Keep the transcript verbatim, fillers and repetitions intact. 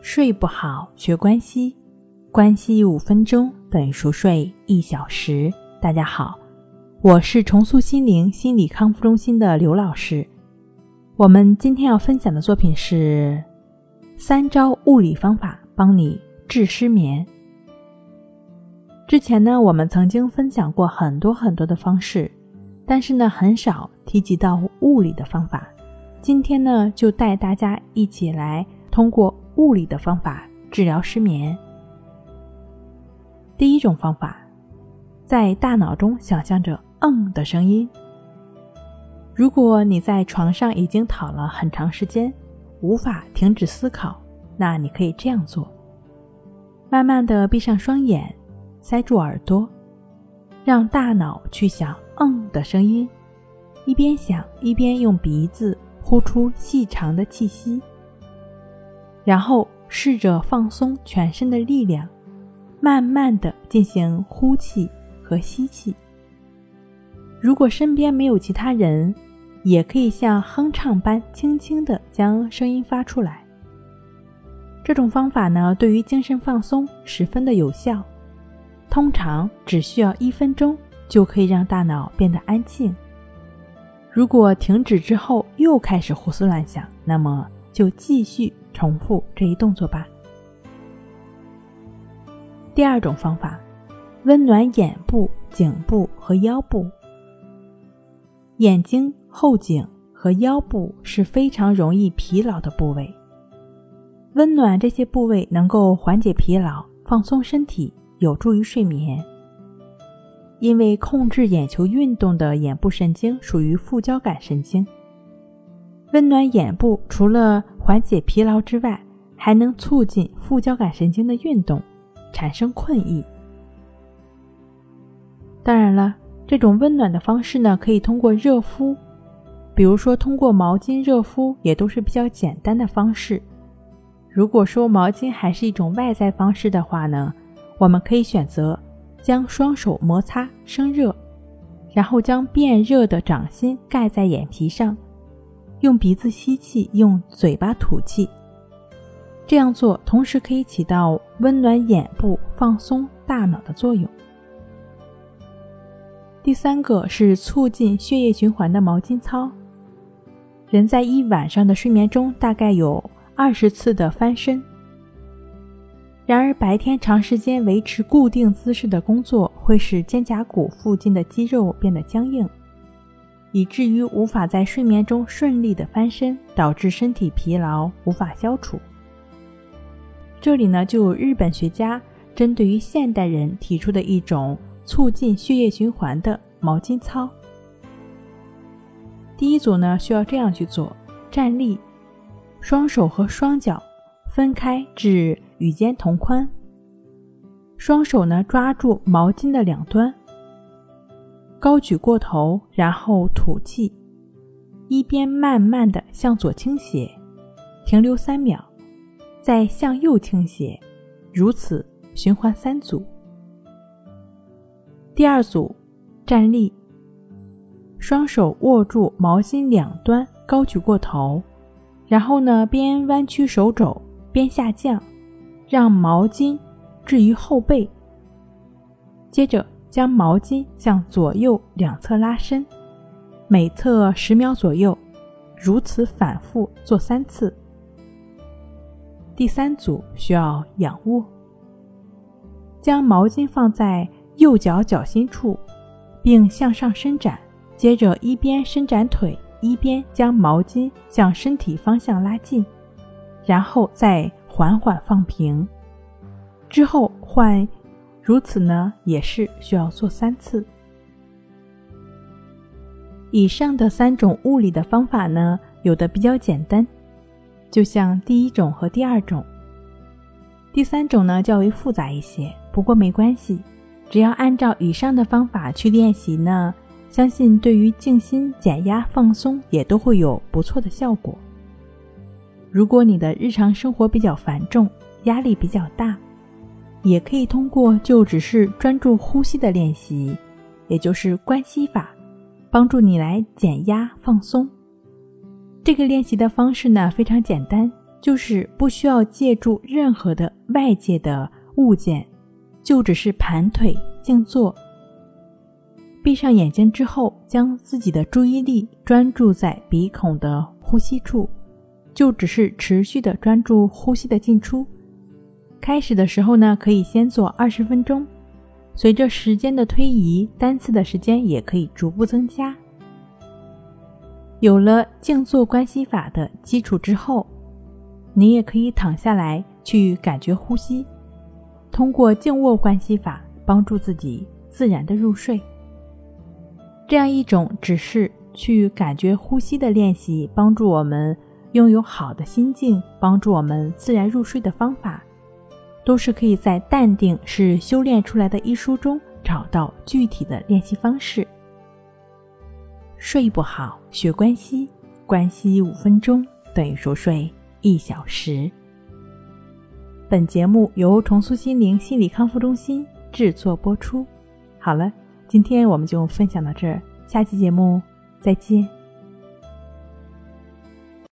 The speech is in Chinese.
睡不好学关息，关息五分钟等于熟睡一小时。大家好，我是重塑心灵心理康复中心的刘老师。我们今天要分享的作品是三招物理方法帮你治失眠。之前呢，我们曾经分享过很多很多的方式，但是呢，很少提及到物理的方法。今天呢，就带大家一起来通过物理的方法治疗失眠。第一种方法，在大脑中想象着嗯的声音。如果你在床上已经躺了很长时间，无法停止思考，那你可以这样做：慢慢地闭上双眼，塞住耳朵，让大脑去想嗯的声音，一边想一边用鼻子呼出细长的气息，然后试着放松全身的力量，慢慢地进行呼气和吸气。如果身边没有其他人，也可以像哼唱般轻轻地将声音发出来。这种方法呢，对于精神放松十分的有效，通常只需要一分钟就可以让大脑变得安静。如果停止之后又开始胡思乱想，那么就继续重复这一动作吧。第二种方法，温暖眼部、颈部和腰部。眼睛、后颈和腰部是非常容易疲劳的部位，温暖这些部位能够缓解疲劳，放松身体，有助于睡眠。因为控制眼球运动的眼部神经属于副交感神经，温暖眼部除了缓解疲劳之外，还能促进副交感神经的运动，产生困意。当然了，这种温暖的方式呢，可以通过热敷，比如说通过毛巾热敷，也都是比较简单的方式。如果说毛巾还是一种外在方式的话呢，我们可以选择将双手摩擦生热，然后将变热的掌心盖在眼皮上，用鼻子吸气，用嘴巴吐气。这样做同时可以起到温暖眼部、放松大脑的作用。第三个是促进血液循环的毛巾操。人在一晚上的睡眠中大概有二十次的翻身，然而白天长时间维持固定姿势的工作会使肩胛骨附近的肌肉变得僵硬，以至于无法在睡眠中顺利的翻身，导致身体疲劳无法消除。这里呢，就有日本学家针对于现代人提出的一种促进血液循环的毛巾操。第一组呢，需要这样去做：站立，双手和双脚分开至与肩同宽，双手呢抓住毛巾的两端，高举过头，然后吐气，一边慢慢地向左倾斜，停留三秒，再向右倾斜，如此循环三组。第二组，站立，双手握住毛巾两端，高举过头，然后呢边弯曲手肘边下降，让毛巾置于后背，接着将毛巾向左右两侧拉伸，每侧十秒左右，如此反复做三次。第三组需要仰卧，将毛巾放在右脚脚心处，并向上伸展，接着一边伸展腿，一边将毛巾向身体方向拉近，然后再缓缓放平。之后换如此呢，也是需要做三次。以上的三种物理的方法呢，有的比较简单，就像第一种和第二种。第三种呢，较为复杂一些，不过没关系，只要按照以上的方法去练习呢，相信对于静心、减压、放松也都会有不错的效果。如果你的日常生活比较繁重，压力比较大，也可以通过就只是专注呼吸的练习，也就是关系法，帮助你来减压放松。这个练习的方式呢非常简单， 就是不需要借助任何的外界的物件，就只是盘腿静坐，闭上眼睛之后，将自己的注意力专注在鼻孔的呼吸处，就只是持续的专注呼吸的进出。开始的时候呢，可以先做二十分钟，随着时间的推移，单次的时间也可以逐步增加。有了静坐观息法的基础之后，你也可以躺下来去感觉呼吸，通过静卧观息法帮助自己自然的入睡。这样一种只是去感觉呼吸的练习，帮助我们拥有好的心境，帮助我们自然入睡的方法，都是可以在《淡定是修炼出来的》一书中找到具体的练习方式。睡不好学关息，关息五分钟等于熟睡一小时。本节目由重塑心灵心理康复中心制作播出。好了，今天我们就分享到这儿，下期节目再见。